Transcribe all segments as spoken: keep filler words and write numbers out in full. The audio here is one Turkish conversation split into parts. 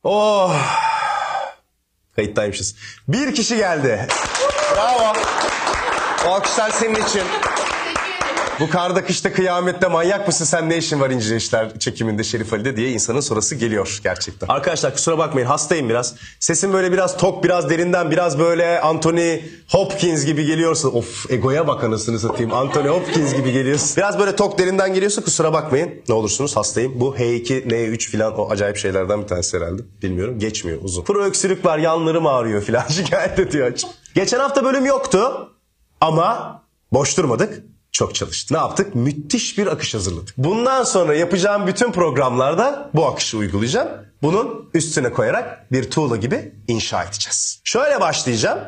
Oh. Kayıttaymışız. Bir kişi geldi. Bravo. O alkışlar senin için. Bu karda kışta kıyamette manyak mısın sen, ne işin var İnce İşler çekiminde Şerif Ali'de diye insanın sorası geliyor gerçekten. Arkadaşlar kusura bakmayın, hastayım biraz. Sesim böyle biraz tok, biraz derinden, biraz böyle Anthony Hopkins gibi geliyorsa. Of, egoya bak anasını satayım. Anthony Hopkins gibi geliyorsun. Biraz böyle tok derinden geliyorsa kusura bakmayın. Ne olursunuz, hastayım. Bu H iki N üç filan o acayip şeylerden bir tanesi herhalde. Bilmiyorum, geçmiyor uzun. Kuru öksürük var, yanlarım ağrıyor filan şikayet ediyor. Geçen hafta bölüm yoktu ama boş durmadık. Çok çalıştık. Ne yaptık? Müthiş bir akış hazırladık. Bundan sonra yapacağım bütün programlarda bu akışı uygulayacağım. Bunun üstüne koyarak bir tuğla gibi inşa edeceğiz. Şöyle başlayacağım.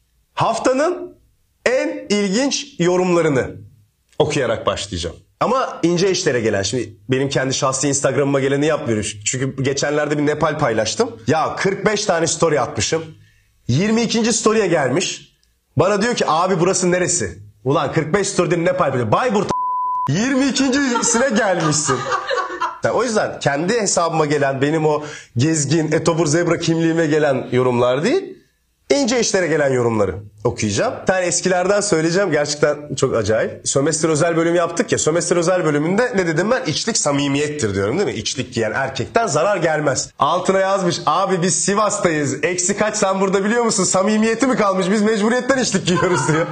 Haftanın en ilginç yorumlarını okuyarak başlayacağım. Ama ince işlere gelen, şimdi benim kendi şahsi Instagram'ıma geleni yapmıyorum. Çünkü geçenlerde bir Nepal paylaştım. Ya kırk beş tane story atmışım. yirmi ikinci story'e gelmiş. Bana diyor ki abi burası neresi? Ulan kırk beş story'de Nepal böyle Bayburt yirmi ikincisine gelmişsin. Yani o yüzden kendi hesabıma gelen, benim o gezgin etobur zebra kimliğime gelen yorumlar değil, ince işlere gelen yorumları okuyacağım. Bir tane eskilerden söyleyeceğim, gerçekten çok acayip. Sömestr özel bölüm yaptık ya, sömestr özel bölümünde ne dedim ben? İçlik samimiyettir diyorum değil mi? İçlik giyen erkekten zarar gelmez. Altına yazmış abi biz Sivas'tayız. Eksi kaç sen burada biliyor musun? Samimiyeti mi kalmış? Biz mecburiyetten içlik giyiyoruz diyor.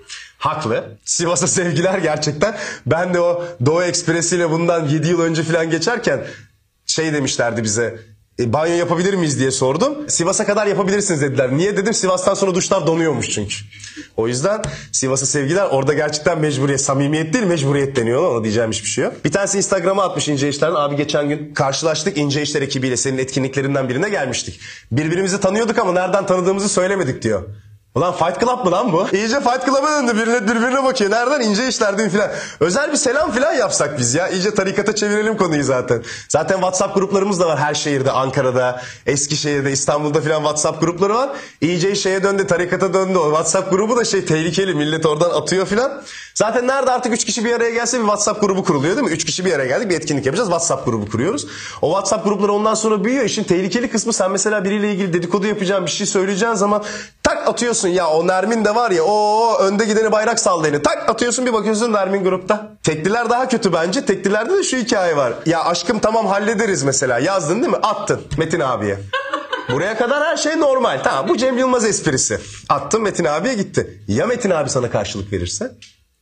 Haklı. Sivas'a sevgiler gerçekten. Ben de o Doğu Ekspresi ile bundan yedi yıl önce falan geçerken şey demişlerdi bize. E, banyo yapabilir miyiz diye sordum. Sivas'a kadar yapabilirsiniz dediler. Niye dedim? Sivas'tan sonra duşlar donuyormuş çünkü. O yüzden Sivas'a sevgiler, orada gerçekten mecburiyet, samimiyet değil mecburiyet deniyor. Ona diyeceğim hiçbir şey yok. Bir tanesi Instagram'a atmış İnce İşler'den. Abi geçen gün karşılaştık İnce İşler ekibiyle, senin etkinliklerinden birine gelmiştik. Birbirimizi tanıyorduk ama nereden tanıdığımızı söylemedik diyor. Ulan Fight Club mı lan bu? İyice Fight Club'a döndü. Birine birbirine bakıyor. Nereden? İnce İşler'den filan. Özel bir selam filan yapsak biz ya. İyice tarikata çevirelim konuyu zaten. Zaten WhatsApp gruplarımız da var her şehirde. Ankara'da, Eskişehir'de, İstanbul'da filan WhatsApp grupları var. İyice şeye döndü, tarikata döndü. O WhatsApp grubu da şey tehlikeli. Millet oradan atıyor filan. Zaten nerede artık üç kişi bir araya gelse bir WhatsApp grubu kuruluyor değil mi? Üç kişi bir araya geldik, bir etkinlik yapacağız. WhatsApp grubu kuruyoruz. O WhatsApp grupları ondan sonra büyüyor. İşin tehlikeli kısmı, sen mesela biriyle ilgili dedikodu yapacağın, bir şey söyleyeceğin zaman tak atıyorsun. Ya o Nermin de var ya, o önde gideni bayrak sallayını tak atıyorsun, bir bakıyorsun Nermin grupta. Tekliler daha kötü bence. Teklilerde de şu hikaye var. Ya aşkım tamam hallederiz mesela. Yazdın değil mi? Attın Metin abiye. Buraya kadar her şey normal. Tamam, bu Cem Yılmaz esprisi. Attın Metin abiye gitti. Ya Metin abi sana karşılık verirse?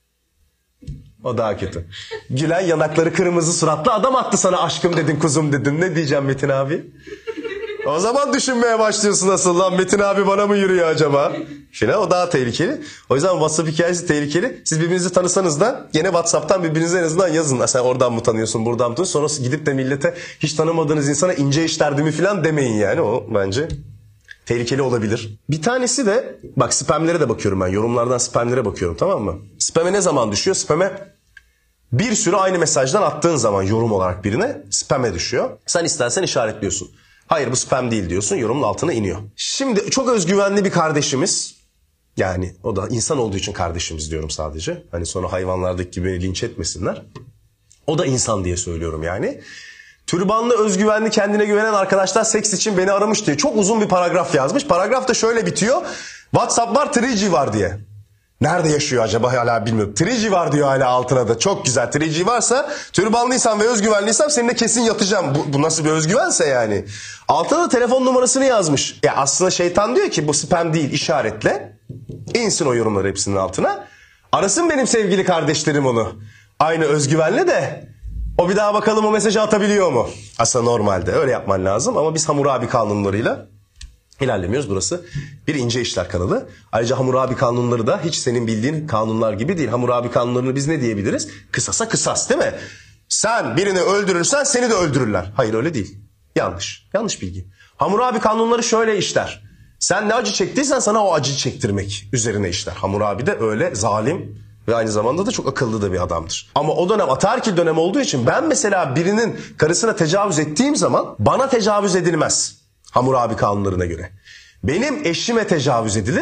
O daha kötü. Gülen yanakları kırmızı suratlı adam attı sana, aşkım dedin, kuzum dedin. Ne diyeceğim Metin abi? O zaman düşünmeye başlıyorsun nasıl, lan Metin abi bana mı yürüyor acaba? Şimdi o daha tehlikeli. O yüzden WhatsApp hikayesi tehlikeli. Siz birbirinizi tanısanız da gene WhatsApp'tan birbirinize en azından yazın. Sen oradan mı tanıyorsun, buradan mı tanıyorsun? Sonra gidip de millete hiç tanımadığınız insana ince işler değil mi falan demeyin yani. O bence tehlikeli olabilir. Bir tanesi de bak, spamlere de bakıyorum ben. Yorumlardan spamlere bakıyorum, tamam mı? Spam'e ne zaman düşüyor? Spam'e bir sürü aynı mesajdan attığın zaman yorum olarak birine spam'e düşüyor. Sen istersen işaretliyorsun. Hayır bu spam değil diyorsun, yorumun altına iniyor. Şimdi çok özgüvenli bir kardeşimiz, yani o da insan olduğu için kardeşimiz diyorum sadece. Hani sonra hayvanlardaki gibi linç etmesinler. O da insan diye söylüyorum yani. Türbanlı, özgüvenli, kendine güvenen arkadaşlar seks için beni aramış diye çok uzun bir paragraf yazmış. Paragraf da şöyle bitiyor. WhatsApp var, üç G var diye. Nerede yaşıyor acaba hala bilmiyorum. üç G var diyor hala altına da. Çok güzel. üç G varsa, türbanlıysam ve özgüvenliysem seninle kesin yatacağım. Bu, bu nasıl bir özgüvense yani. Altına da telefon numarasını yazmış. Ya aslında şeytan diyor ki bu spam değil, işaretle. İnsin o yorumları hepsinin altına. Arasın benim sevgili kardeşlerim onu. Aynı özgüvenle de o bir daha bakalım o mesajı atabiliyor mu? Aslında normalde öyle yapman lazım ama biz Hammurabi kanunlarıyla İlerlemiyoruz. Burası bir ince işler kanalı. Ayrıca Hammurabi kanunları da hiç senin bildiğin kanunlar gibi değil. Hammurabi kanunlarını biz ne diyebiliriz? Kısasa kısas değil mi? Sen birini öldürürsen seni de öldürürler. Hayır öyle değil. Yanlış. Yanlış bilgi. Hammurabi kanunları şöyle işler. Sen ne acı çektiysen sana o acıyı çektirmek üzerine işler. Hammurabi de öyle zalim ve aynı zamanda da çok akıllı da bir adamdır. Ama o dönem ataerkil dönem olduğu için ben mesela birinin karısına tecavüz ettiğim zaman bana tecavüz edilmez. Hammurabi kanunlarına göre. Benim eşime tecavüz edilir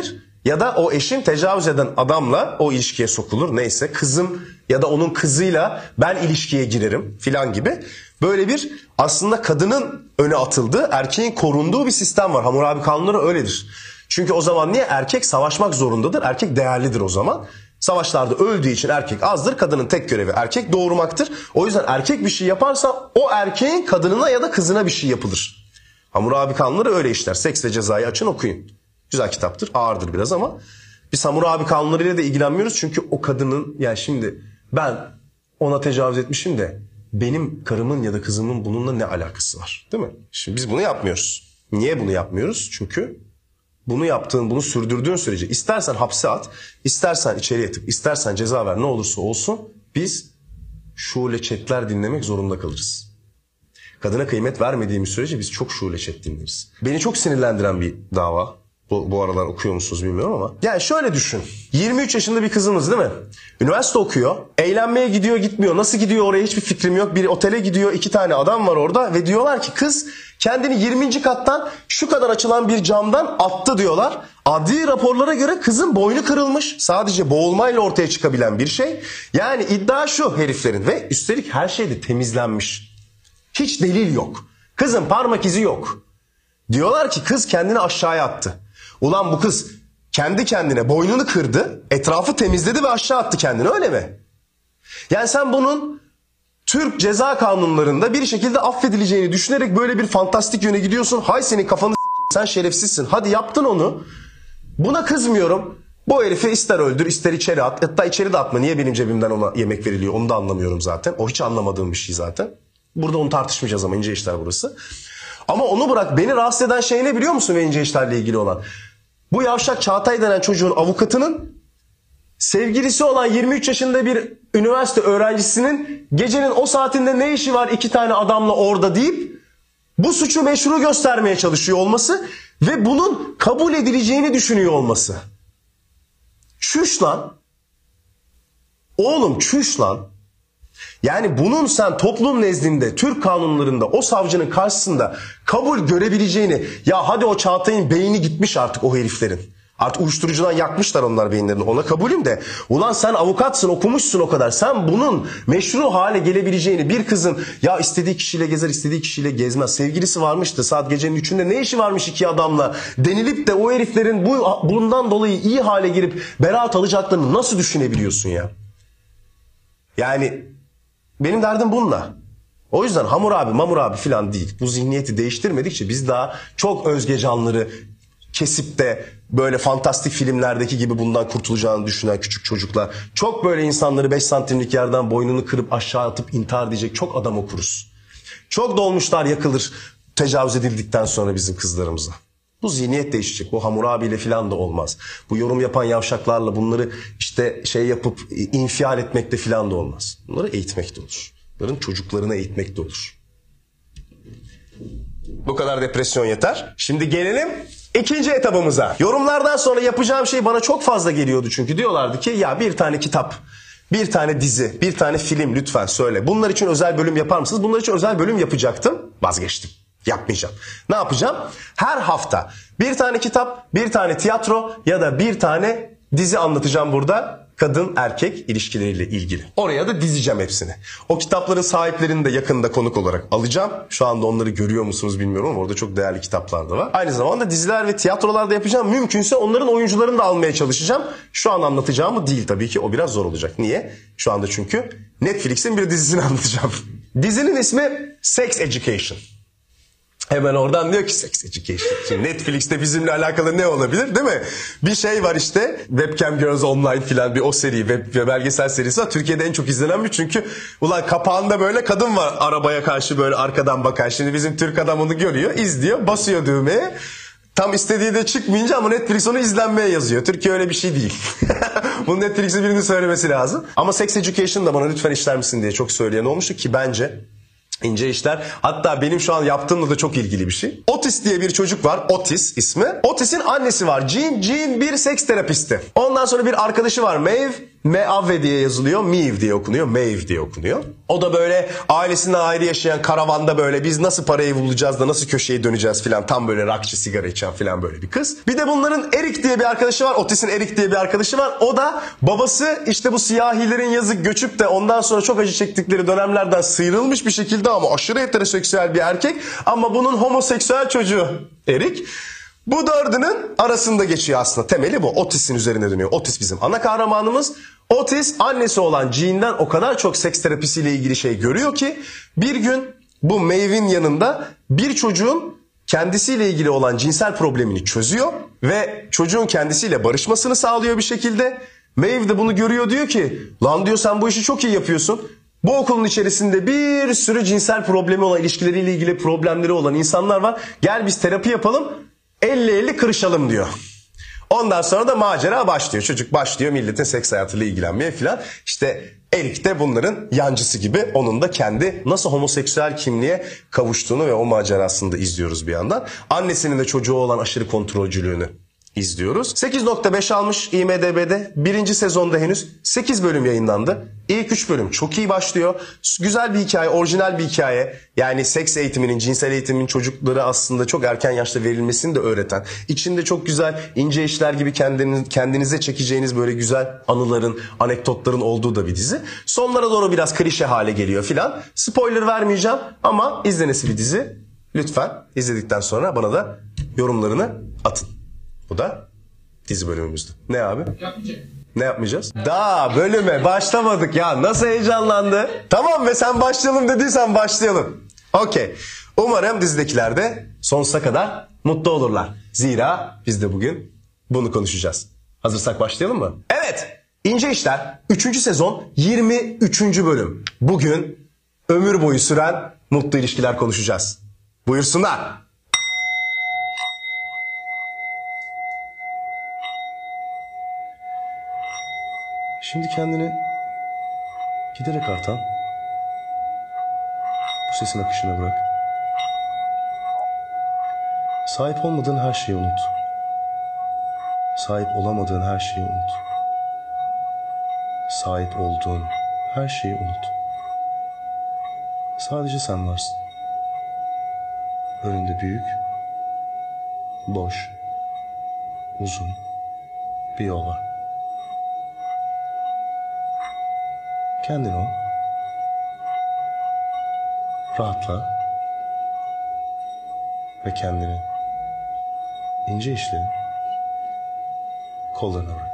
Ya da o eşin tecavüz eden adamla o ilişkiye sokulur. Neyse kızım ya da onun kızıyla ben ilişkiye girerim filan gibi. Böyle bir aslında kadının öne atıldığı, erkeğin korunduğu bir sistem var. Hammurabi kanunları öyledir. Çünkü o zaman niye? Erkek savaşmak zorundadır. Erkek değerlidir o zaman. Savaşlarda öldüğü için erkek azdır. Kadının tek görevi erkek doğurmaktır. O yüzden erkek bir şey yaparsa o erkeğin kadınına ya da kızına bir şey yapılır. Hammurabi kanunları öyle işler. Seks ve Cezayı açın okuyun. Güzel kitaptır. Ağırdır biraz ama biz Hammurabi kanunlarıyla da ilgilenmiyoruz. Çünkü o kadının, yani şimdi ben ona tecavüz etmişim de benim karımın ya da kızımın bununla ne alakası var? Değil mi? Şimdi biz bunu yapmıyoruz. Niye bunu yapmıyoruz? Çünkü bunu yaptığın, bunu sürdürdüğün sürece istersen hapse at, istersen içeriye tık, istersen ceza ver, ne olursa olsun biz şule chatler dinlemek zorunda kalırız. Kadına kıymet vermediğimiz sürece biz çok şule chat dinleriz. Beni çok sinirlendiren bir dava. Bu, bu aralar okuyor musunuz bilmiyorum ama. Yani şöyle düşün. yirmi üç yaşında bir kızımız değil mi? Üniversite okuyor. Eğlenmeye gidiyor gitmiyor. Nasıl gidiyor oraya hiçbir fikrim yok. Bir otele gidiyor. iki tane adam var orada. Ve diyorlar ki kız kendini yirminci kattan şu kadar açılan bir camdan attı diyorlar. Adli raporlara göre kızın boynu kırılmış. Sadece boğulmayla ortaya çıkabilen bir şey. Yani iddia şu heriflerin. Ve üstelik her şey de temizlenmiş. Hiç delil yok. Kızın parmak izi yok. Diyorlar ki kız kendini aşağıya attı. Ulan bu kız kendi kendine boynunu kırdı, etrafı temizledi ve aşağı attı kendini, öyle mi? Yani sen bunun Türk ceza kanunlarında bir şekilde affedileceğini düşünerek böyle bir fantastik yöne gidiyorsun. Hay senin kafanı s**eyim, sen şerefsizsin. Hadi yaptın onu. Buna kızmıyorum. Bu herifi ister öldür ister içeri at. Hatta içeri de atma. Niye benim cebimden ona yemek veriliyor onu da anlamıyorum zaten. O hiç anlamadığım bir şey zaten. Burada onu tartışmayacağız ama ince işler burası. Ama onu bırak, beni rahatsız eden şey ne biliyor musun ve ince işlerle ilgili olan? Bu yavşak Çağatay denen çocuğun avukatının sevgilisi olan yirmi üç yaşında bir üniversite öğrencisinin gecenin o saatinde ne işi var iki tane adamla orada deyip bu suçu meşru göstermeye çalışıyor olması ve bunun kabul edileceğini düşünüyor olması. Çüş lan. Oğlum çüş lan. Yani bunun sen toplum nezdinde, Türk kanunlarında o savcının karşısında kabul görebileceğini, ya hadi o Çağatay'ın beyni gitmiş artık o heriflerin. Artık uyuşturucudan yakmışlar onlar beyinlerini, ona kabulüm de. Ulan sen avukatsın, okumuşsun o kadar. Sen bunun meşru hale gelebileceğini, bir kızın ya istediği kişiyle gezer istediği kişiyle gezmez. Sevgilisi varmıştı saat gecenin üçünde ne işi varmış iki adamla denilip de o heriflerin bu, bundan dolayı iyi hale gelip beraat alacaklarını nasıl düşünebiliyorsun ya? Yani benim derdim bununla. O yüzden Hammurabi, Mamurabi falan değil. Bu zihniyeti değiştirmedikçe biz daha çok özge canlıları kesip de böyle fantastik filmlerdeki gibi bundan kurtulacağını düşünen küçük çocuklar. Çok böyle insanları beş santimlik yerden boynunu kırıp aşağı atıp intihar edecek çok adam okuruz. Çok dolmuşlar yakılır tecavüz edildikten sonra bizim kızlarımıza. Bu zihniyet değişecek. Bu Hammurabi ile falan da olmaz. Bu yorum yapan yavşaklarla bunları işte şey yapıp infial etmekle falan da olmaz. Bunları eğitmek de olur. Bunların çocuklarını eğitmek de olur. Bu kadar depresyon yeter. Şimdi gelelim ikinci etabımıza. Yorumlardan sonra yapacağım şey bana çok fazla geliyordu çünkü diyorlardı ki ya bir tane kitap, bir tane dizi, bir tane film lütfen söyle. Bunlar için özel bölüm yapar mısınız? Bunlar için özel bölüm yapacaktım. Vazgeçtim. Yapmayacağım. Ne yapacağım? Her hafta bir tane kitap, bir tane tiyatro ya da bir tane dizi anlatacağım burada. Kadın erkek ilişkileriyle ilgili. Oraya da dizeceğim hepsini. O kitapların sahiplerini de yakında konuk olarak alacağım. Şu anda onları görüyor musunuz bilmiyorum ama orada çok değerli kitaplar da var. Aynı zamanda diziler ve tiyatrolar da yapacağım. Mümkünse onların oyuncularını da almaya çalışacağım. Şu an anlatacağımı değil tabii ki. O biraz zor olacak. Niye? Şu anda çünkü Netflix'in bir dizisini anlatacağım. Dizinin ismi Sex Education. Hemen oradan diyor ki Sex Education. Şimdi Netflix'te bizimle alakalı ne olabilir değil mi? Bir şey var işte Webcam Girls Online filan bir o seri web ve belgesel serisi var. Türkiye'de en çok izlenen bir çünkü ulan kapağında böyle kadın var arabaya karşı böyle arkadan bakan. Şimdi bizim Türk adam onu görüyor, izliyor, basıyor düğmeye. Tam istediği de çıkmayınca ama Netflix onu izlenmeye yazıyor. Türkiye öyle bir şey değil. Bunu Netflix'e birinin söylemesi lazım. Ama Sex Education da bana lütfen işler misin diye çok söyleyen olmuştu ki bence İnce işler. Hatta benim şu an yaptığımla da çok ilgili bir şey. Otis diye bir çocuk var. Otis ismi. Otis'in annesi var. Jean. Jean bir seks terapisti. Ondan sonra bir arkadaşı var. Maeve. Meave diye yazılıyor. Miv diye okunuyor. Maeve diye okunuyor. O da böyle ailesinden ayrı yaşayan karavanda böyle biz nasıl parayı bulacağız da nasıl köşeye döneceğiz filan. Tam böyle rakçı sigara içen filan böyle bir kız. Bir de bunların Eric diye bir arkadaşı var. Otis'in Eric diye bir arkadaşı var. O da babası işte bu siyahilerin yazık göçüp de ondan sonra çok acı çektikleri dönemlerden sıyrılmış bir şekilde ama aşırı heteroseksüel bir erkek. Ama bunun homoseksüel çocuğu Eric. Bu dördünün arasında geçiyor aslında. Temeli bu. Otis'in üzerine dönüyor. Otis bizim ana kahramanımız. Otis annesi olan Jean'den o kadar çok seks terapisiyle ilgili şey görüyor ki bir gün bu Maeve'in yanında bir çocuğun kendisiyle ilgili olan cinsel problemini çözüyor ve çocuğun kendisiyle barışmasını sağlıyor bir şekilde. Maeve de bunu görüyor, diyor ki lan diyor sen bu işi çok iyi yapıyorsun. Bu okulun içerisinde bir sürü cinsel problemi olan, ilişkileriyle ilgili problemleri olan insanlar var. Gel biz terapi yapalım, elli elli kırışalım diyor. Ondan sonra da macera başlıyor. Çocuk başlıyor milletin seks hayatıyla ilgilenmeye filan. İşte Eric de bunların yancısı gibi, onun da kendi nasıl homoseksüel kimliğe kavuştuğunu ve o macerasını da izliyoruz bir yandan. Annesinin de çocuğu olan aşırı kontrolcülüğünü izliyoruz. sekiz nokta beş almış I M D B'de. Birinci sezonda henüz sekiz bölüm yayınlandı. İlk üç bölüm çok iyi başlıyor. Güzel bir hikaye, orijinal bir hikaye. Yani seks eğitiminin, cinsel eğitimin çocuklara aslında çok erken yaşta verilmesini de öğreten. İçinde çok güzel ince işler gibi kendiniz, kendinize çekeceğiniz böyle güzel anıların, anekdotların olduğu da bir dizi. Sonlara doğru biraz klişe hale geliyor filan. Spoiler vermeyeceğim ama izlenesi bir dizi. Lütfen izledikten sonra bana da yorumlarını atın. Bu da dizi bölümümüzdü. Ne abi? Yapmayacak. Ne yapmayacağız? Daha bölüme başlamadık ya. Nasıl heyecanlandı? Tamam ve sen başlayalım dediysen başlayalım. Okey. Umarım dizidekiler de sonsuza kadar mutlu olurlar. Zira biz de bugün bunu konuşacağız. Hazırsak başlayalım mı? Evet. İnce İşler üçüncü sezon yirmi üçüncü bölüm. Bugün ömür boyu süren mutlu ilişkiler konuşacağız. Buyursunlar. Şimdi kendini giderek artan bu sesin akışına bırak. Sahip olmadığın her şeyi unut. Sahip olamadığın her şeyi unut. Sahip olduğun her şeyi unut. Sadece sen varsın. Önünde büyük, boş, uzun bir yol var. Kendin ol. Rahatla. Ve kendini ince işlerin kollarına bırak.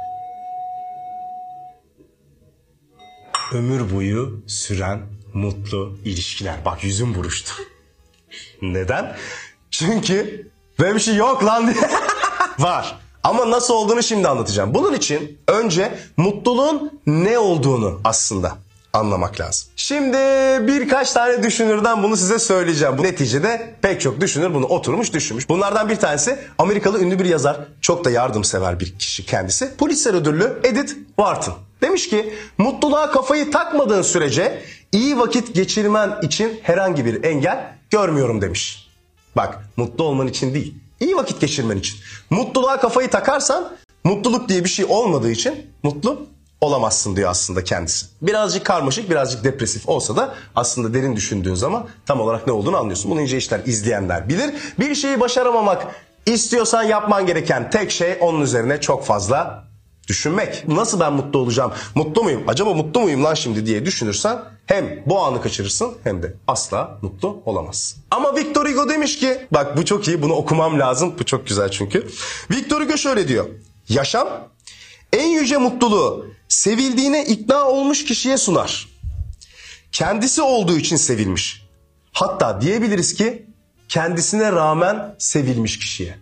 Ömür boyu süren mutlu ilişkiler. Bak yüzüm buruştu. Neden? Çünkü böyle bir şey yok lan diye. Var. Ama nasıl olduğunu şimdi anlatacağım. Bunun için önce mutluluğun ne olduğunu aslında anlamak lazım. Şimdi birkaç tane düşünürden bunu size söyleyeceğim. Bu neticede pek çok düşünür bunu oturmuş düşünmüş. Bunlardan bir tanesi Amerikalı ünlü bir yazar. Çok da yardımsever bir kişi kendisi. Pulitzer ödüllü Edith Wharton. Demiş ki mutluluğa kafayı takmadığın sürece iyi vakit geçirmen için herhangi bir engel görmüyorum demiş. Bak mutlu olman için değil. İyi vakit geçirmen için. Mutluluğa kafayı takarsan mutluluk diye bir şey olmadığı için mutlu olamazsın diyor aslında kendisi. Birazcık karmaşık, birazcık depresif olsa da aslında derin düşündüğün zaman tam olarak ne olduğunu anlıyorsun. Bunu ince işler izleyenler bilir. Bir şeyi başaramamak istiyorsan yapman gereken tek şey onun üzerine çok fazla düşünmek. Nasıl ben mutlu olacağım? Mutlu muyum? Acaba mutlu muyum lan şimdi diye düşünürsen hem bu anı kaçırırsın hem de asla mutlu olamazsın. Ama Victor Hugo demiş ki, bak bu çok iyi, bunu okumam lazım. Bu çok güzel çünkü. Victor Hugo şöyle diyor. Yaşam en yüce mutluluğu sevildiğine ikna olmuş kişiye sunar. Kendisi olduğu için sevilmiş. Hatta diyebiliriz ki kendisine rağmen sevilmiş kişiye.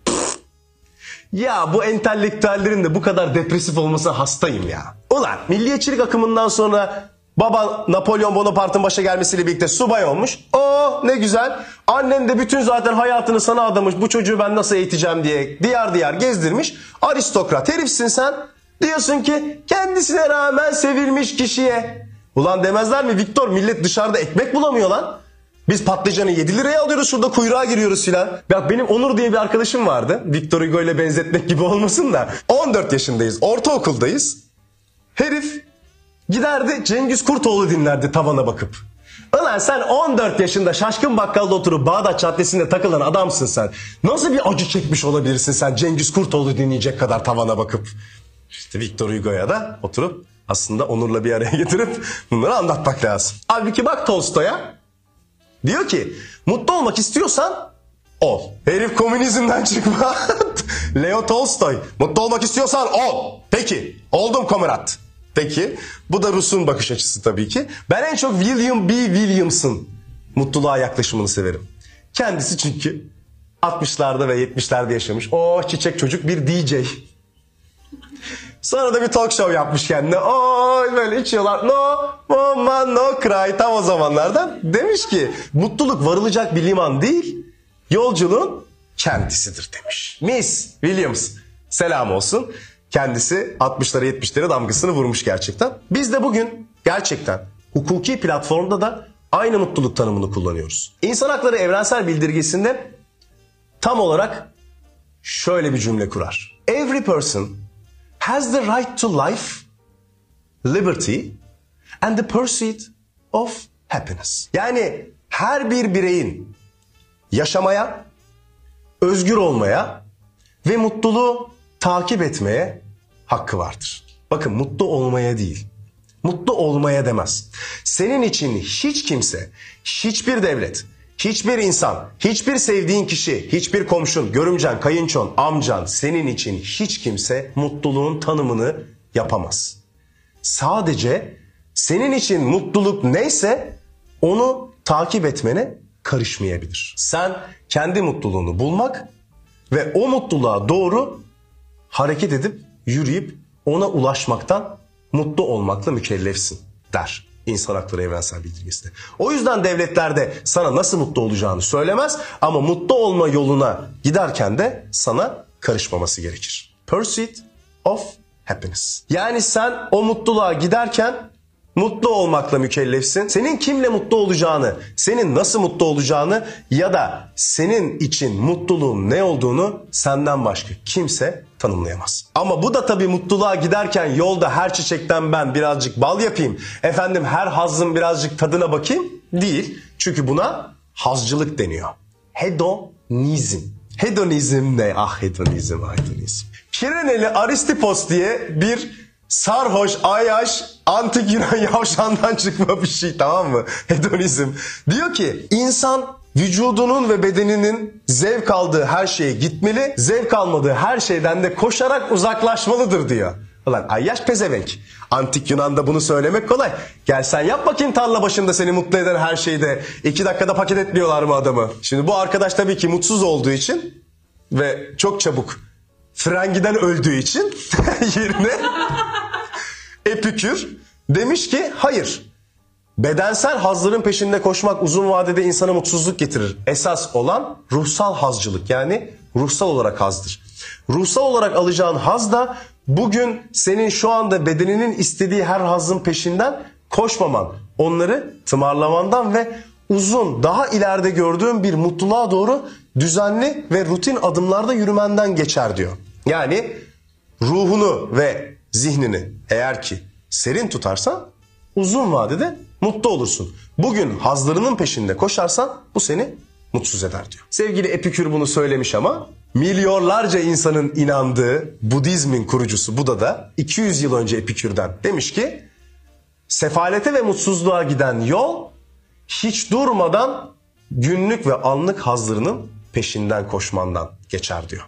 Ya bu entelektüellerin de bu kadar depresif olmasına hastayım ya. Ulan milliyetçilik akımından sonra baba Napolyon Bonaparte'ın başa gelmesiyle birlikte subay olmuş. Oo ne güzel. Annen de bütün zaten hayatını sana adamış. Bu çocuğu ben nasıl eğiteceğim diye diyar diyar gezdirmiş. Aristokrat herifsin sen. Diyorsun ki kendisine rağmen sevilmiş kişiye. Ulan demezler mi Viktor, millet dışarıda ekmek bulamıyor lan. Biz patlıcanı yedi liraya alıyoruz, şurada kuyruğa giriyoruz filan. Bak benim Onur diye bir arkadaşım vardı. Victor Hugo ile benzetmek gibi olmasın da. on dört yaşındayız, ortaokuldayız. Herif Giderdi Cengiz Kurtoğlu dinlerdi tavana bakıp. Ulan sen on dört yaşında şaşkın bakkalda oturup Bağdat Caddesi'nde takılan adamsın sen. Nasıl bir acı çekmiş olabilirsin sen Cengiz Kurtoğlu dinleyecek kadar tavana bakıp. İşte Victor Hugo'ya da oturup aslında Onur'la bir araya getirip bunları anlatmak lazım. Halbuki bak Tolstoy'a, diyor ki mutlu olmak istiyorsan ol. Herif komünizmden çıkma. Leo Tolstoy, mutlu olmak istiyorsan ol. Peki, oldum komrat. Peki, bu da Rus'un bakış açısı tabii ki. Ben en çok William B. Williams'ın mutluluğa yaklaşımını severim. Kendisi çünkü altmışlarda ve yetmişlerde yaşamış. Oh çiçek çocuk bir D J. Sonra da bir talk show yapmış kendine. Oy böyle içiyorlar. No woman no cry. Tam o zamanlardan demiş ki mutluluk varılacak bir liman değil, yolculuğun kendisidir demiş. Miss Williams selam olsun. Kendisi altmışlara yetmişlere damgasını vurmuş gerçekten. Biz de bugün gerçekten hukuki platformda da aynı mutluluk tanımını kullanıyoruz. İnsan Hakları Evrensel Bildirgesi'nde tam olarak şöyle bir cümle kurar. Every person has the right to life, liberty and the pursuit of happiness. Yani her bir bireyin yaşamaya, özgür olmaya ve mutluluğu takip etmeye hakkı vardır. Bakın mutlu olmaya değil, mutlu olmaya demez. Senin için hiç kimse, hiçbir devlet, hiçbir insan, hiçbir sevdiğin kişi, hiçbir komşun, görümcen, kayınçon, amcan, senin için hiç kimse mutluluğun tanımını yapamaz. Sadece senin için mutluluk neyse onu takip etmene karışmayabilir. Sen kendi mutluluğunu bulmak ve o mutluluğa doğru hareket edip yürüyüp ona ulaşmaktan mutlu olmakla mükellefsin der İnsan Hakları Evrensel Bildirgesi'nde. O yüzden devletler de sana nasıl mutlu olacağını söylemez ama mutlu olma yoluna giderken de sana karışmaması gerekir. Pursuit of happiness. Yani sen o mutluluğa giderken mutlu olmakla mükellefsin. Senin kimle mutlu olacağını, senin nasıl mutlu olacağını ya da senin için mutluluğun ne olduğunu senden başka kimse tanımlayamaz. Ama bu da tabii mutluluğa giderken yolda her çiçekten ben birazcık bal yapayım, efendim her hazzın birazcık tadına bakayım değil. Çünkü buna hazcılık deniyor. Hedonizm. Hedonizm ne? Ah hedonizm, ah hedonizm. Kireneli Aristipos diye bir sarhoş, ayyaş, antik Yunan yavşandan çıkma bir şey, tamam mı? Hedonizm. Diyor ki insan vücudunun ve bedeninin zevk aldığı her şeye gitmeli, zevk almadığı her şeyden de koşarak uzaklaşmalıdır diyor. Ulan ayyaş pezevenk. Antik Yunan'da bunu söylemek kolay. Gel sen yap bakayım tarla başında seni mutlu eden her şeyde. İki dakikada paket etmiyorlar mı adamı? Şimdi bu arkadaş tabii ki mutsuz olduğu için ve çok çabuk frengiden öldüğü için yerine Epikür demiş ki hayır. Bedensel hazların peşinde koşmak uzun vadede insana mutsuzluk getirir. Esas olan ruhsal hazcılık, yani ruhsal olarak hazdır. Ruhsal olarak alacağın haz da bugün senin şu anda bedeninin istediği her hazın peşinden koşmaman, onları tımarlamandan ve uzun, daha ileride gördüğün bir mutluluğa doğru düzenli ve rutin adımlarda yürümenden geçer diyor. Yani ruhunu ve zihnini eğer ki serin tutarsan uzun vadede mutlu olursun. Bugün hazlarının peşinde koşarsan bu seni mutsuz eder diyor. Sevgili Epikür bunu söylemiş ama milyonlarca insanın inandığı Budizmin kurucusu Buda da iki yüz yıl önce Epikür'den demiş ki sefalete ve mutsuzluğa giden yol hiç durmadan günlük ve anlık hazlarının peşinden koşmandan geçer diyor.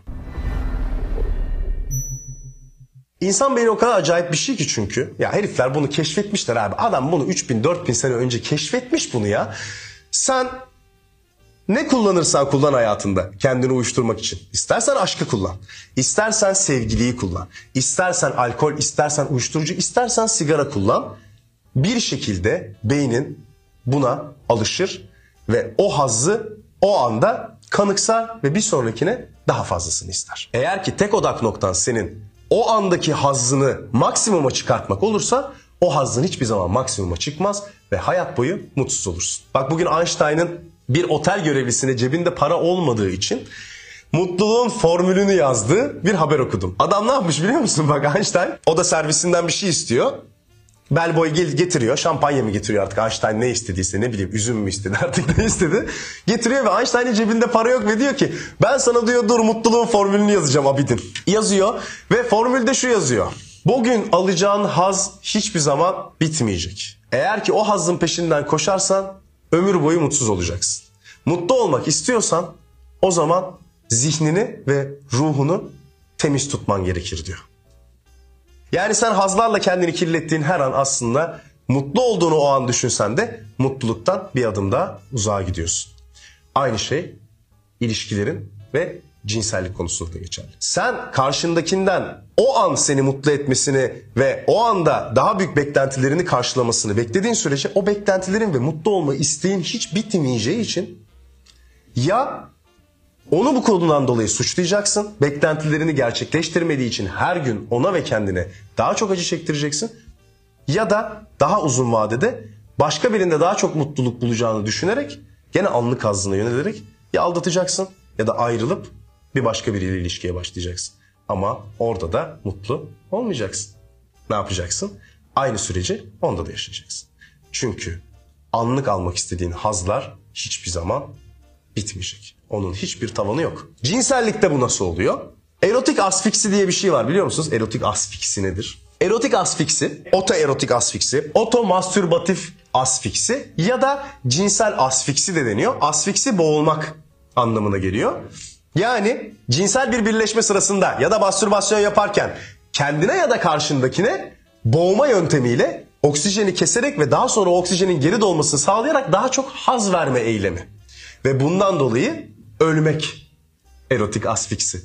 İnsan beyni o kadar acayip bir şey ki çünkü. Ya herifler bunu keşfetmişler abi. Adam bunu üç bin dört bin sene önce keşfetmiş bunu ya. Sen ne kullanırsan kullan hayatında kendini uyuşturmak için. İstersen aşkı kullan. İstersen sevgiliyi kullan. İstersen alkol, istersen uyuşturucu, istersen sigara kullan. Bir şekilde beynin buna alışır ve o hazzı o anda kanıksar ve bir sonrakine daha fazlasını ister. Eğer ki tek odak noktan senin o andaki hazzını maksimuma çıkartmak olursa o hazzın hiçbir zaman maksimuma çıkmaz ve hayat boyu mutsuz olursun. Bak bugün Einstein'ın bir otel görevlisine cebinde para olmadığı için mutluluğun formülünü yazdığı bir haber okudum. Adam ne yapmış biliyor musun? Bak Einstein oda servisinden bir şey istiyor. Bellboy getiriyor. Şampanya mı getiriyor artık? Einstein ne istediyse, ne bileyim üzüm mü istedi artık ne istedi. Getiriyor ve Einstein'in cebinde para yok ve diyor ki ben sana diyor dur mutluluğun formülünü yazacağım Abidin. Yazıyor ve formülde şu yazıyor. Bugün alacağın haz hiçbir zaman bitmeyecek. Eğer ki o hazın peşinden koşarsan ömür boyu mutsuz olacaksın. Mutlu olmak istiyorsan o zaman zihnini ve ruhunu temiz tutman gerekir diyor. Yani sen hazlarla kendini kirlettiğin her an aslında mutlu olduğunu o an düşünsen de mutluluktan bir adım daha uzağa gidiyorsun. Aynı şey ilişkilerin ve cinsellik konusunda da geçerli. Sen karşındakinden o an seni mutlu etmesini ve o anda daha büyük beklentilerini karşılamasını beklediğin sürece o beklentilerin ve mutlu olma isteğin hiç bitmeyeceği için ya onu bu konudan dolayı suçlayacaksın, beklentilerini gerçekleştirmediği için her gün ona ve kendine daha çok acı çektireceksin ya da daha uzun vadede başka birinde daha çok mutluluk bulacağını düşünerek gene anlık hazzına yönelerek ya aldatacaksın ya da ayrılıp bir başka biriyle ilişkiye başlayacaksın. Ama orada da mutlu olmayacaksın. Ne yapacaksın? Aynı süreci onda da yaşayacaksın. Çünkü anlık almak istediğin hazlar hiçbir zaman bitmeyecek. Onun hiçbir tavanı yok. Cinsellikte bu nasıl oluyor? Erotik asfiksi diye bir şey var biliyor musunuz? Erotik asfiksi nedir? Erotik asfiksi, otoerotik asfiksi, otomastürbatif asfiksi ya da cinsel asfiksi de deniyor. Asfiksi boğulmak anlamına geliyor. Yani cinsel bir birleşme sırasında ya da mastürbasyon yaparken kendine ya da karşındakine boğma yöntemiyle oksijeni keserek ve daha sonra o oksijenin geri dolmasını sağlayarak daha çok haz verme eylemi. Ve bundan dolayı ölmek erotik asfiksi.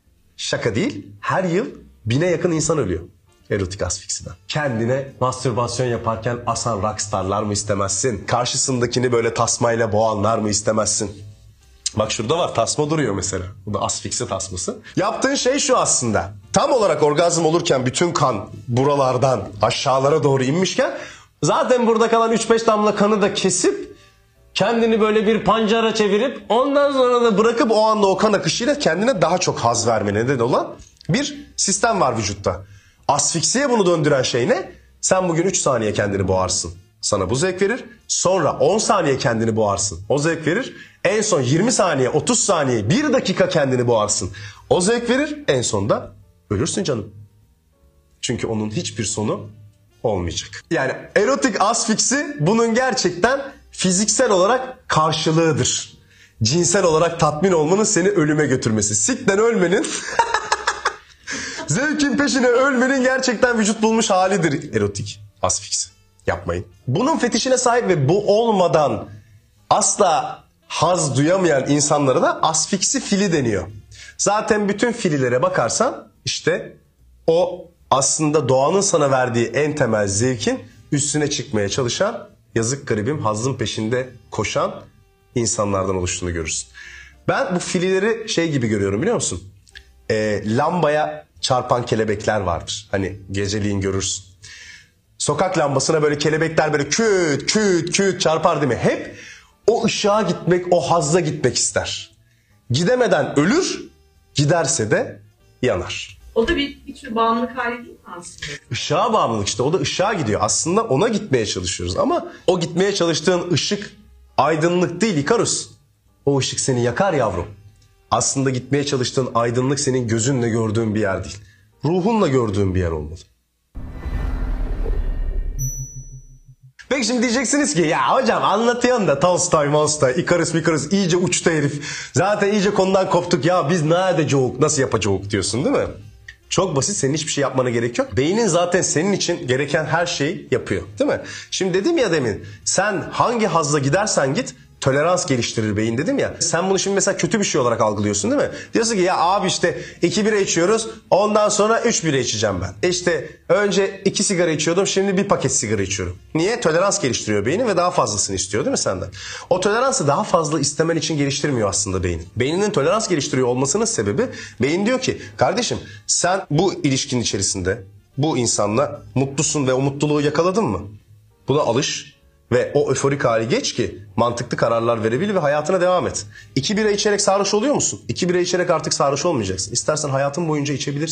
Şaka değil, her yıl bine yakın insan ölüyor erotik asfiksiden. Kendine mastürbasyon yaparken asan rockstarlar mı istemezsin? Karşısındakini böyle tasmayla boğanlar mı istemezsin? Bak şurada var, tasma duruyor mesela. Bu da asfiksi tasması. Yaptığın şey şu aslında. Tam olarak orgazm olurken bütün kan buralardan aşağılara doğru inmişken zaten burada kalan üç beş damla kanı da kesip kendini böyle bir pancara çevirip ondan sonra da bırakıp o anda o kan akışıyla kendine daha çok haz verme nedeni olan bir sistem var vücutta. Asfiksiye bunu döndüren şey ne? Sen bugün üç saniye kendini boğarsın. Sana bu zevk verir. Sonra on saniye kendini boğarsın. O zevk verir. En son yirmi saniye, otuz saniye, bir dakika kendini boğarsın. O zevk verir. En sonunda ölürsün canım. Çünkü onun hiçbir sonu olmayacak. Yani erotik asfiksi bunun gerçekten fiziksel olarak karşılığıdır. Cinsel olarak tatmin olmanın seni ölüme götürmesi. Sikten ölmenin, zevkin peşine ölmenin gerçekten vücut bulmuş halidir erotik asfiksi. Yapmayın. Bunun fetişine sahip ve bu olmadan asla haz duyamayan insanlara da asfiksi fili deniyor. Zaten bütün fililere bakarsan işte o aslında doğanın sana verdiği en temel zevkin üstüne çıkmaya çalışan, yazık garibim hazzın peşinde koşan insanlardan oluştuğunu görürsün. Ben bu filileri şey gibi görüyorum biliyor musun? Ee, lambaya çarpan kelebekler vardır. Hani geceliğin görürsün. Sokak lambasına böyle kelebekler böyle küt küt küt çarpar değil mi? Hep o ışığa gitmek, o hazza gitmek ister. Gidemeden ölür, giderse de yanar. O da bir, bir tür bağımlılık hali değil mi aslında? Işığa bağımlılık işte. O da ışığa gidiyor. Aslında ona gitmeye çalışıyoruz. Ama o gitmeye çalıştığın ışık aydınlık değil İkarus. O ışık seni yakar yavrum. Aslında gitmeye çalıştığın aydınlık senin gözünle gördüğün bir yer değil. Ruhunla gördüğün bir yer olmalı. Peki şimdi diyeceksiniz ki ya hocam anlatıyorsun da Tolstoy, Molstoy, İkarus, Mikarus iyice uçtu herif. Zaten iyice konudan koptuk ya biz ne edeceğiz, nasıl yapacağız diyorsun değil mi? Çok basit, senin hiçbir şey yapmana gerek yok. Beynin zaten senin için gereken her şeyi yapıyor değil mi? Şimdi dedim ya demin sen hangi hazla gidersen git tolerans geliştirir beyin dedim ya. Sen bunu şimdi mesela kötü bir şey olarak algılıyorsun değil mi? Diyorsun ki ya abi işte iki bira içiyoruz ondan sonra üç bira içeceğim ben. E işte önce iki sigara içiyordum şimdi bir paket sigara içiyorum. Niye? Tolerans geliştiriyor beynin ve daha fazlasını istiyor değil mi senden? O toleransı daha fazla istemen için geliştirmiyor aslında beynin. Beyninin tolerans geliştiriyor olmasının sebebi beyin diyor ki kardeşim sen bu ilişkinin içerisinde bu insanla mutlusun ve o mutluluğu yakaladın mı? Buna alış. Ve o öforik hali geç ki mantıklı kararlar verebil ve hayatına devam et. İki bira içerek sarhoş oluyor musun? İki bira içerek artık sarhoş olmayacaksın. İstersen hayatın boyunca içebilirsin.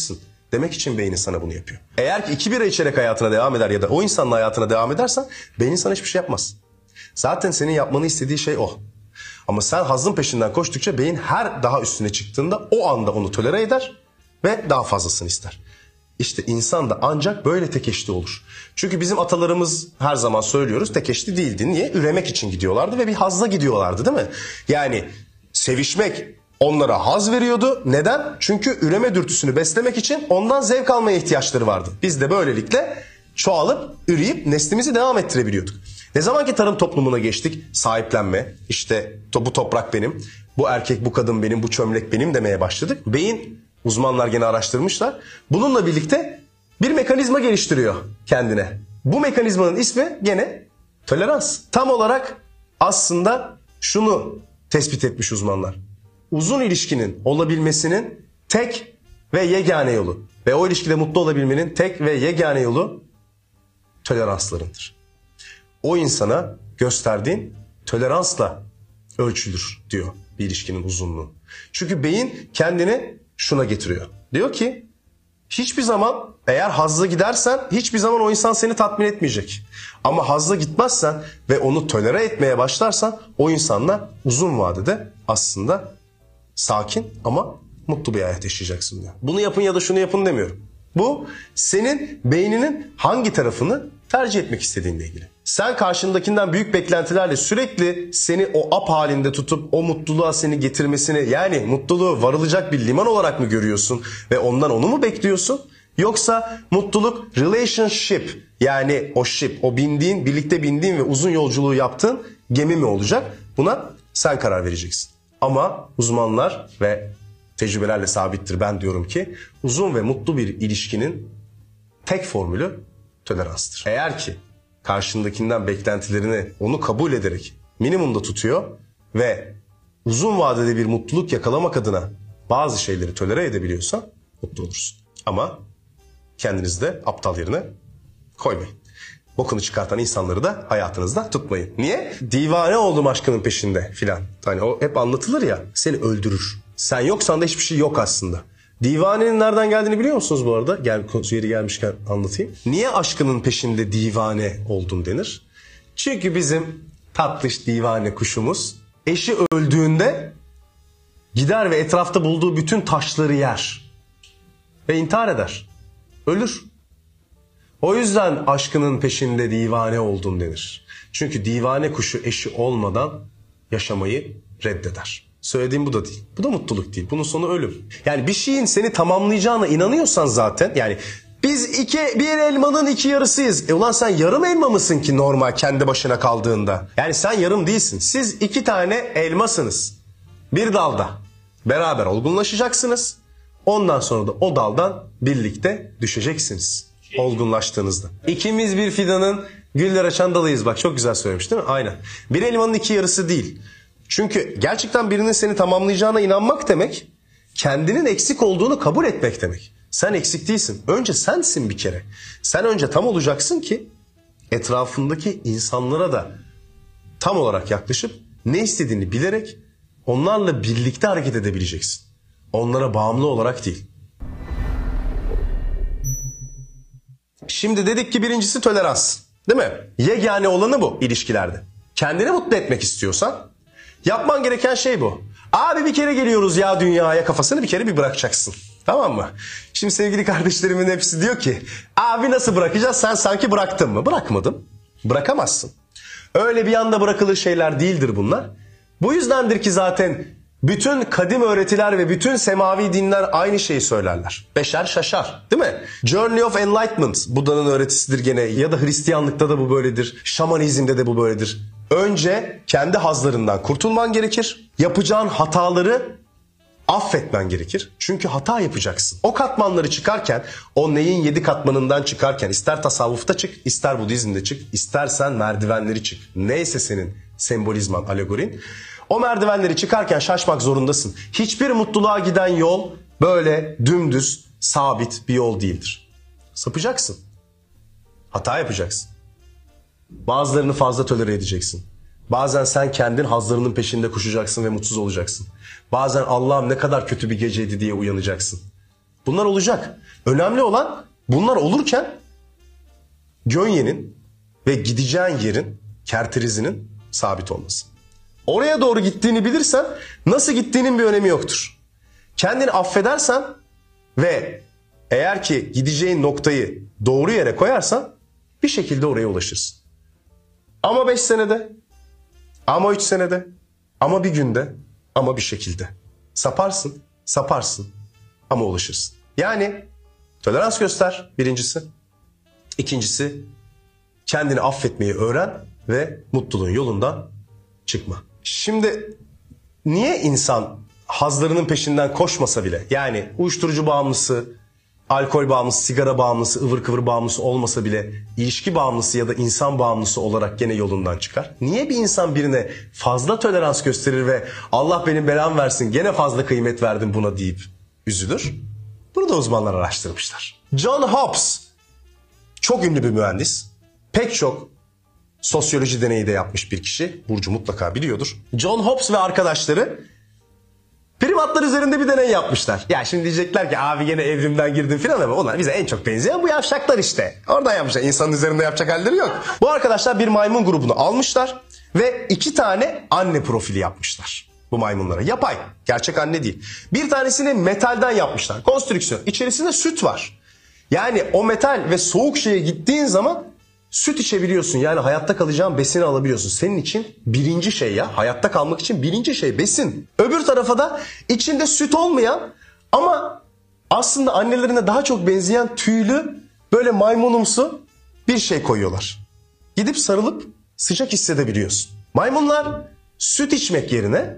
demek için beynin sana bunu yapıyor. Eğer ki iki bira içerek hayatına devam eder ya da o insanla hayatına devam edersen beynin sana hiçbir şey yapmaz. Zaten senin yapmanı istediği şey o. Ama sen hazın peşinden koştukça beyin her daha üstüne çıktığında o anda onu tolere eder ve daha fazlasını ister. İşte insan da ancak böyle tek eşli olur. Çünkü bizim atalarımız her zaman söylüyoruz tek eşli değildi. Niye? Üremek için gidiyorlardı ve bir hazla gidiyorlardı değil mi? Yani sevişmek onlara haz veriyordu. Neden? Çünkü üreme dürtüsünü beslemek için ondan zevk almaya ihtiyaçları vardı. Biz de böylelikle çoğalıp, üreyip neslimizi devam ettirebiliyorduk. Ne zaman ki tarım toplumuna geçtik, sahiplenme, işte bu toprak benim, bu erkek, bu kadın benim, bu çömlek benim demeye başladık. Beyin, uzmanlar gene araştırmışlar, bununla birlikte bir mekanizma geliştiriyor kendine. Bu mekanizmanın ismi gene tolerans. Tam olarak aslında şunu tespit etmiş uzmanlar. Uzun ilişkinin olabilmesinin tek ve yegane yolu ve o ilişkide mutlu olabilmenin tek ve yegane yolu toleranslarındır. O insana gösterdiğin toleransla ölçülür diyor bir ilişkinin uzunluğu. Çünkü beyin kendini şuna getiriyor. Diyor ki hiçbir zaman eğer hazla gidersen hiçbir zaman o insan seni tatmin etmeyecek. Ama hazla gitmezsen ve onu tolere etmeye başlarsan o insanla uzun vadede aslında sakin ama mutlu bir hayat yaşayacaksın diyor. Bunu yapın ya da şunu yapın demiyorum. Bu senin beyninin hangi tarafını tercih etmek istediğinle ilgili. Sen karşındakinden büyük beklentilerle sürekli seni o ap halinde tutup o mutluluğa seni getirmesini, yani mutluluğu varılacak bir liman olarak mı görüyorsun ve ondan onu mu bekliyorsun? Yoksa mutluluk relationship, yani o ship, o bindiğin, birlikte bindiğin ve uzun yolculuğu yaptığın gemi mi olacak? Buna sen karar vereceksin. Ama uzmanlar ve tecrübelerle sabittir, ben diyorum ki uzun ve mutlu bir ilişkinin tek formülü toleranstır. Eğer ki karşındakinden beklentilerini onu kabul ederek minimumda tutuyor ve uzun vadede bir mutluluk yakalamak adına bazı şeyleri tolere edebiliyorsan mutlu olursun. Ama kendinizi de aptal yerine koymayın. Bokunu çıkartan insanları da hayatınızda tutmayın. Niye? Divane oldum aşkının peşinde filan. Hani o hep anlatılır ya, seni öldürür. Sen yoksan da hiçbir şey yok aslında. Divanenin nereden geldiğini biliyor musunuz bu arada? Gel, yeri gelmişken anlatayım. Niye aşkının peşinde divane oldun denir? Çünkü bizim tatlış divane kuşumuz eşi öldüğünde gider ve etrafta bulduğu bütün taşları yer. Ve intihar eder. Ölür. O yüzden aşkının peşinde divane oldun denir. Çünkü divane kuşu eşi olmadan yaşamayı reddeder. Söylediğim bu da değil. Bu da mutluluk değil. Bunun sonu ölüm. Yani bir şeyin seni tamamlayacağına inanıyorsan zaten, yani biz iki, bir elmanın iki yarısıyız. E ulan sen yarım elma mısın ki normal kendi başına kaldığında? Yani sen yarım değilsin. Siz iki tane elmasınız. Bir dalda. Beraber olgunlaşacaksınız. Ondan sonra da o daldan birlikte düşeceksiniz. Olgunlaştığınızda. İkimiz bir fidanın güller açan dalıyız. Bak çok güzel söylemiş değil mi? Aynen. Bir elmanın iki yarısı değil. Çünkü gerçekten birinin seni tamamlayacağına inanmak demek, kendinin eksik olduğunu kabul etmek demek. Sen eksik değilsin. Önce sensin bir kere. Sen önce tam olacaksın ki etrafındaki insanlara da tam olarak yaklaşıp ne istediğini bilerek onlarla birlikte hareket edebileceksin. Onlara bağımlı olarak değil. Şimdi dedik ki birincisi tolerans. Değil mi? Yegane olanı bu ilişkilerde. Kendini mutlu etmek istiyorsan yapman gereken şey bu. Abi bir kere geliyoruz ya dünyaya kafasını bir kere bir bırakacaksın. Tamam mı? Şimdi sevgili kardeşlerimin hepsi diyor ki abi nasıl bırakacağız, sen sanki bıraktın mı? Bırakmadım. Bırakamazsın. Öyle bir anda bırakılır şeyler değildir bunlar. Bu yüzdendir ki zaten bütün kadim öğretiler ve bütün semavi dinler aynı şeyi söylerler. Beşer şaşar, değil mi? Journey of Enlightenment Buda'nın öğretisidir gene, ya da Hristiyanlıkta da bu böyledir. Şamanizmde de bu böyledir. Önce kendi hazlarından kurtulman gerekir. Yapacağın hataları affetmen gerekir. Çünkü hata yapacaksın. O katmanları çıkarken, o neyin yedi katmanından çıkarken, ister tasavvufta çık, ister Budizm'de çık, istersen merdivenleri çık. Neyse senin sembolizman, alegorin. O merdivenleri çıkarken şaşmak zorundasın. Hiçbir mutluluğa giden yol böyle dümdüz, sabit bir yol değildir. Sapacaksın. Hata yapacaksın. Bazılarını fazla tolere edeceksin. Bazen sen kendin hazlarının peşinde koşacaksın ve mutsuz olacaksın. Bazen Allah'ım ne kadar kötü bir geceydi diye uyanacaksın. Bunlar olacak. Önemli olan bunlar olurken gönyenin ve gideceğin yerin, kerterizinin sabit olması. Oraya doğru gittiğini bilirsen nasıl gittiğinin bir önemi yoktur. Kendini affedersen ve eğer ki gideceğin noktayı doğru yere koyarsan bir şekilde oraya ulaşırsın. Ama beş senede, ama üç senede, ama bir günde, ama bir şekilde. Saparsın, saparsın ama ulaşırsın. Yani tolerans göster birincisi. İkincisi kendini affetmeyi öğren ve mutluluğun yolundan çıkma. Şimdi niye insan hazlarının peşinden koşmasa bile, yani uyuşturucu bağımlısı, alkol bağımlısı, sigara bağımlısı, ıvır kıvır bağımlısı olmasa bile ilişki bağımlısı ya da insan bağımlısı olarak gene yolundan çıkar? Niye bir insan birine fazla tolerans gösterir ve Allah benim belamı versin gene fazla kıymet verdim buna deyip üzülür? Bunu da uzmanlar araştırmışlar. John Hobbes çok ünlü bir mühendis. Pek çok sosyoloji deneyi de yapmış bir kişi. Burcu mutlaka biliyordur. John Hobbes ve arkadaşları primatlar üzerinde bir deney yapmışlar. Ya şimdi diyecekler ki abi gene evrimden girdin filan ama onlar bize en çok benzeyen bu yavşaklar işte. Oradan yapmışlar. İnsanın üzerinde yapacak halleri yok. Bu arkadaşlar bir maymun grubunu almışlar ve iki tane anne profili yapmışlar bu maymunlara. Yapay. Gerçek anne değil. Bir tanesini metalden yapmışlar. Konstrüksiyon. İçerisinde süt var. Yani o metal ve soğuk şeye gittiğin zaman süt içebiliyorsun. Yani hayatta kalacağın besini alabiliyorsun. Senin için birinci şey ya. Hayatta kalmak için birinci şey besin. Öbür tarafa da içinde süt olmayan ama aslında annelerine daha çok benzeyen tüylü böyle maymunumsu bir şey koyuyorlar. Gidip sarılıp sıcak hissedebiliyorsun. Maymunlar süt içmek yerine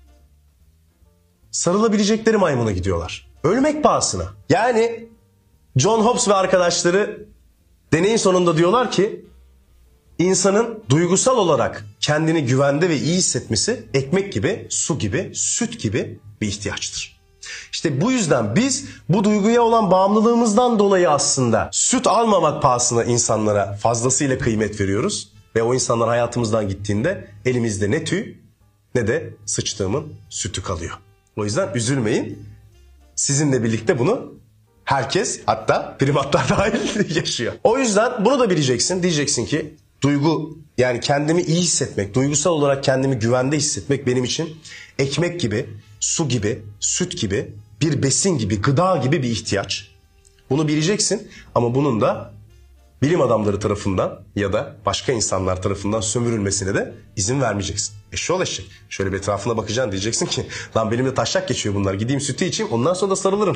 sarılabilecekleri maymuna gidiyorlar. Ölmek pahasına. Yani John Hobbes ve arkadaşları deneyin sonunda diyorlar ki insanın duygusal olarak kendini güvende ve iyi hissetmesi ekmek gibi, su gibi, süt gibi bir ihtiyaçtır. İşte bu yüzden biz bu duyguya olan bağımlılığımızdan dolayı aslında süt almamak pahasına insanlara fazlasıyla kıymet veriyoruz. Ve o insanlar hayatımızdan gittiğinde elimizde ne tüy ne de sıçtığımın sütü kalıyor. O yüzden üzülmeyin. Sizinle birlikte bunu herkes, hatta primatlar dahil yaşıyor. O yüzden bunu da bileceksin. Diyeceksin ki duygu, yani kendimi iyi hissetmek, duygusal olarak kendimi güvende hissetmek benim için ekmek gibi, su gibi, süt gibi, bir besin gibi, gıda gibi bir ihtiyaç. Bunu bileceksin ama bunun da bilim adamları tarafından ya da başka insanlar tarafından sömürülmesine de izin vermeyeceksin. Eşşoğlu eşek. Şöyle bir etrafına bakacaksın, diyeceksin ki lan benimle taşak geçiyor bunlar. Gideyim sütü içeyim, ondan sonra da sarılırım.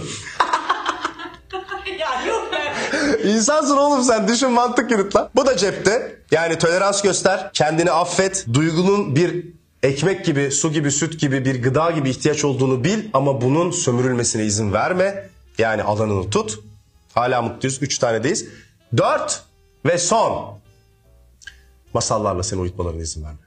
Ya yok be. İnsansın oğlum sen, düşün, mantık yürüt lan. Bu da cepte. Yani tolerans göster, kendini affet, duygunun bir ekmek gibi, su gibi, süt gibi, bir gıda gibi ihtiyaç olduğunu bil ama bunun sömürülmesine izin verme. Yani alanını tut. Hala mutluyuz. Üç tanedeyiz. Dört ve son. Masallarla seni uyutmalarına izin verme.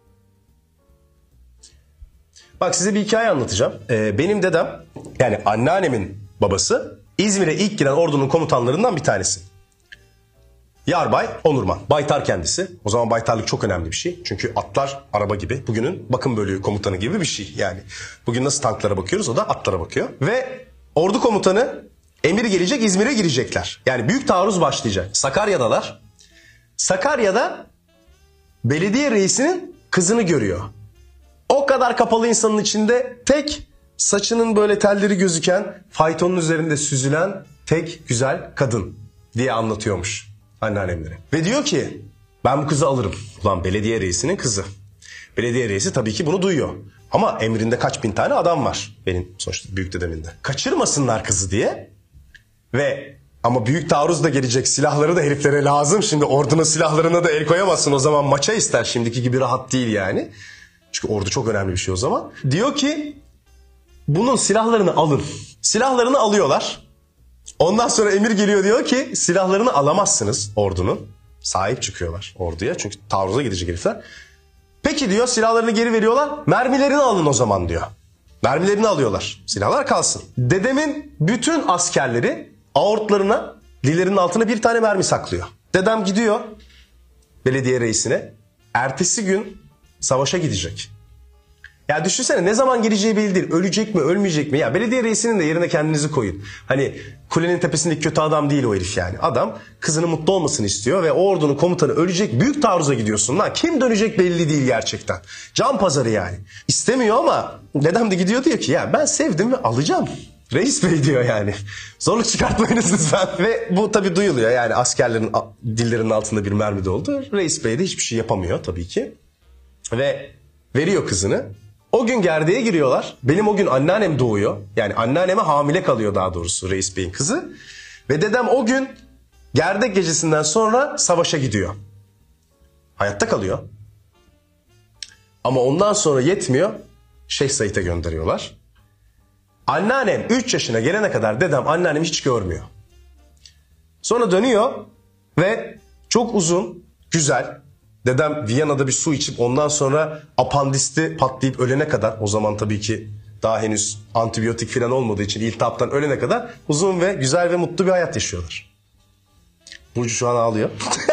Bak size bir hikaye anlatacağım. Ee, benim dedem, yani anneannemin babası İzmir'e ilk giren ordunun komutanlarından bir tanesi. Yarbay Onurman. Baytar kendisi. O zaman baytarlık çok önemli bir şey. Çünkü atlar araba gibi. Bugünün bakım bölüğü komutanı gibi bir şey. Yani bugün nasıl tanklara bakıyoruz, o da atlara bakıyor. Ve ordu komutanı emir gelecek, İzmir'e girecekler. Yani büyük taarruz başlayacak. Sakarya'dalar. Sakarya'da belediye reisinin kızını görüyor. O kadar kapalı insanın içinde tek saçının böyle telleri gözüken, faytonun üzerinde süzülen tek güzel kadın diye anlatıyormuş anneannemlere. Ve diyor ki ben bu kızı alırım. Ulan belediye reisinin kızı. Belediye reisi tabii ki bunu duyuyor. Ama emrinde kaç bin tane adam var benim sonuçta büyük dedemin de. Kaçırmasınlar kızı diye. Ve ama büyük taarruz da gelecek, silahları da heriflere lazım. Şimdi ordunun silahlarına da el koyamazsın, o zaman maça ister, şimdiki gibi rahat değil yani. Çünkü ordu çok önemli bir şey o zaman. Diyor ki bunun silahlarını alın. Silahlarını alıyorlar. Ondan sonra emir geliyor, diyor ki silahlarını alamazsınız ordunun. Sahip çıkıyorlar orduya çünkü taarruza gidecek herifler. Peki diyor, silahlarını geri veriyorlar. Mermilerini alın o zaman diyor. Mermilerini alıyorlar. Silahlar kalsın. Dedemin bütün askerleri aortlarına, dillerinin altına bir tane mermi saklıyor. Dedem gidiyor belediye reisine. Ertesi gün savaşa gidecek. Ya düşünsene ne zaman geleceği belli değil. Ölecek mi ölmeyecek mi? Ya belediye reisinin de yerine kendinizi koyun. Hani kulenin tepesindeki kötü adam değil o herif yani. Adam kızının mutlu olmasını istiyor ve o ordunun komutanı ölecek, büyük taarruza gidiyorsun lan. Kim dönecek belli değil gerçekten. Can pazarı yani. İstemiyor ama dedem de gidiyor diyor ki ya ben sevdim ve alacağım. Reis bey diyor yani. Zorluk çıkartmayınız lütfen. Ve bu tabii duyuluyor yani askerlerin dillerinin altında bir mermi de oldu. Reis bey de hiçbir şey yapamıyor tabii ki. Ve veriyor kızını. O gün gerdeğe giriyorlar. Benim o gün anneannem doğuyor. Yani anneanneme hamile kalıyor daha doğrusu Reis Bey'in kızı. Ve dedem o gün gerdek gecesinden sonra savaşa gidiyor. Hayatta kalıyor. Ama ondan sonra yetmiyor. Şeyh Said'e gönderiyorlar. Anneannem üç yaşına gelene kadar dedem anneannemi hiç görmüyor. Sonra dönüyor ve çok uzun, güzel... Dedem Viyana'da bir su içip ondan sonra apandisti patlayıp ölene kadar, o zaman tabii ki daha henüz antibiyotik falan olmadığı için iltihaptan ölene kadar uzun ve güzel ve mutlu bir hayat yaşıyorlar. Burcu şu an ağlıyor.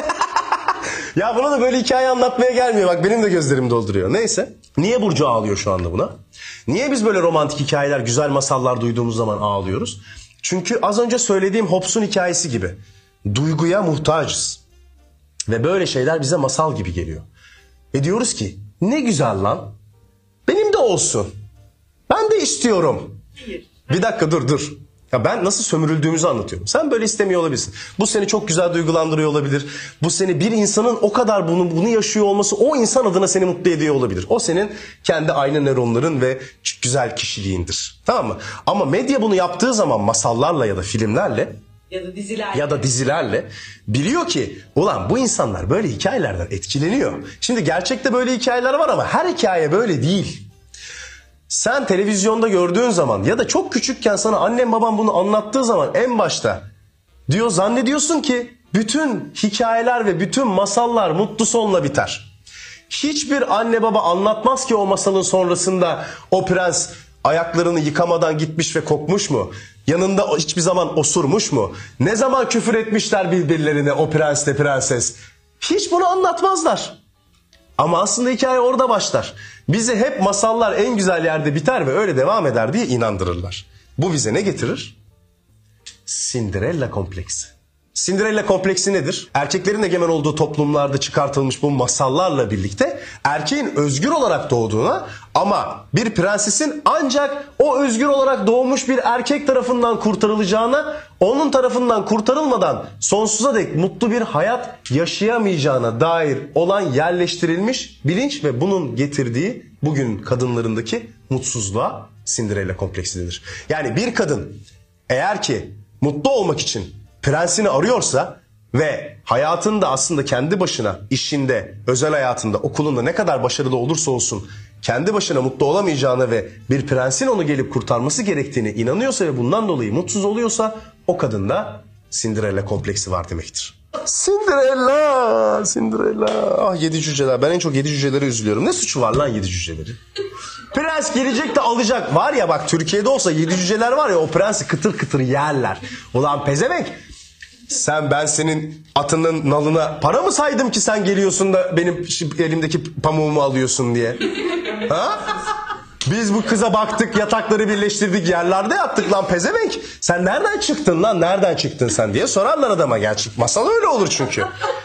Ya buna da böyle hikaye anlatmaya gelmiyor. Bak benim de gözlerim dolduruyor. Neyse. Niye Burcu ağlıyor şu anda buna? Niye biz böyle romantik hikayeler, güzel masallar duyduğumuz zaman ağlıyoruz? Çünkü az önce söylediğim Hobbes'un hikayesi gibi. Duyguya muhtacız. Ve böyle şeyler bize masal gibi geliyor. Ve diyoruz ki ne güzel lan. Benim de olsun. Ben de istiyorum. Hayır. Bir dakika dur dur. Ya ben nasıl sömürüldüğümüzü anlatıyorum. Sen böyle istemiyor olabilirsin. Bu seni çok güzel duygulandırıyor olabilir. Bu seni bir insanın o kadar bunu, bunu yaşıyor olması o insan adına seni mutlu ediyor olabilir. O senin kendi aynı nöronların ve güzel kişiliğindir. Tamam mı? Ama medya bunu yaptığı zaman masallarla ya da filmlerle Ya da diziler. ya da dizilerle biliyor ki ulan bu insanlar böyle hikayelerden etkileniyor. Şimdi gerçekte böyle hikayeler var ama her hikaye böyle değil. Sen televizyonda gördüğün zaman ya da çok küçükken sana annem babam bunu anlattığı zaman en başta diyor zannediyorsun ki bütün hikayeler ve bütün masallar mutlu sonla biter. Hiçbir anne baba anlatmaz ki o masalın sonrasında o prens ayaklarını yıkamadan gitmiş ve kokmuş mu? Yanında hiçbir zaman osurmuş mu? Ne zaman küfür etmişler birbirlerine o prensle prenses? Hiç bunu anlatmazlar. Ama aslında hikaye orada başlar. Bizi hep masallar en güzel yerde biter ve öyle devam eder diye inandırırlar. Bu bize ne getirir? Cinderella kompleksi. Cinderella kompleksi nedir? Erkeklerin egemen olduğu toplumlarda çıkartılmış bu masallarla birlikte erkeğin özgür olarak doğduğuna ama bir prensesin ancak o özgür olarak doğmuş bir erkek tarafından kurtarılacağına, onun tarafından kurtarılmadan sonsuza dek mutlu bir hayat yaşayamayacağına dair olan yerleştirilmiş bilinç ve bunun getirdiği bugün kadınlarındaki mutsuzluğa Cinderella kompleksidir. Yani bir kadın eğer ki mutlu olmak için prensini arıyorsa ve hayatında aslında kendi başına, işinde, özel hayatında, okulunda ne kadar başarılı olursa olsun kendi başına mutlu olamayacağına ve bir prensin onu gelip kurtarması gerektiğine inanıyorsa ve bundan dolayı mutsuz oluyorsa o kadında Cinderella kompleksi var demektir. Cinderella, Cinderella. Ah yedi cüceler. Ben en çok yedi cücelere üzülüyorum. Ne suçu var lan yedi cüceleri? Prens gelecek de alacak. Var ya bak Türkiye'de olsa yedi cüceler var ya o prensi kıtır kıtır yerler. Ulan pezevenk. Sen ben senin atının nalına para mı saydım ki sen geliyorsun da benim elimdeki pamuğumu alıyorsun diye? Ha? Biz bu kıza baktık yatakları birleştirdik yerlerde yattık lan pezevenk. Sen nereden çıktın lan nereden çıktın sen diye sorarlar adama gerçek. Masal öyle olur çünkü.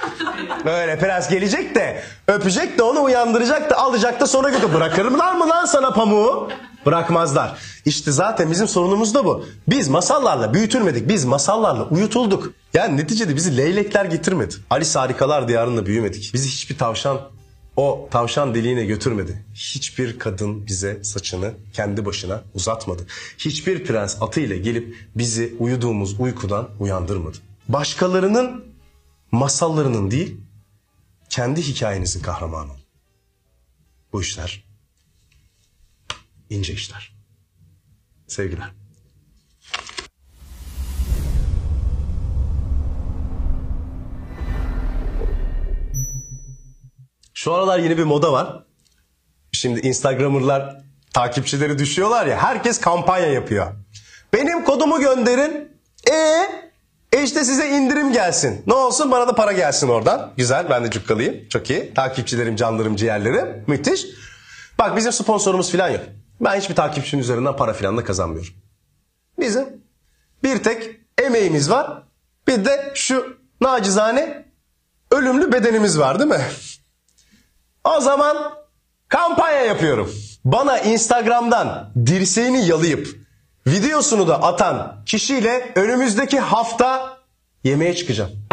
Böyle prens gelecek de öpecek de onu uyandıracak da alacak da sonra götür. Bırakırlar mı lan sana pamuğu? Bırakmazlar. İşte zaten bizim sorunumuz da bu. Biz masallarla büyütülmedik. Biz masallarla uyutulduk. Yani neticede bizi leylekler getirmedi. Alice Harikalar Diyarı'nda büyümedik. Bizi hiçbir tavşan o tavşan deliğine götürmedi. Hiçbir kadın bize saçını kendi başına uzatmadı. Hiçbir prens atıyla gelip bizi uyuduğumuz uykudan uyandırmadı. Başkalarının masallarının değil, kendi hikayenizin kahramanı olun. Bu işler ince işler. Sevgiler. Şu aralar yeni bir moda var. Şimdi Instagrammer'lar takipçileri düşüyorlar ya. Herkes kampanya yapıyor. Benim kodumu gönderin. E, e işte size indirim gelsin. Ne olsun bana da para gelsin oradan. Güzel ben de cukkalıyım. Çok iyi. Takipçilerim, canlarım, ciğerlerim. Müthiş. Bak bizim sponsorumuz falan yok. Ben hiçbir takipçinin üzerinden para falan da kazanmıyorum. Bizim bir tek emeğimiz var. Bir de şu nacizane ölümlü bedenimiz var değil mi? O zaman kampanya yapıyorum. Bana Instagram'dan dirseğini yalayıp videosunu da atan kişiyle önümüzdeki hafta yemeğe çıkacağım.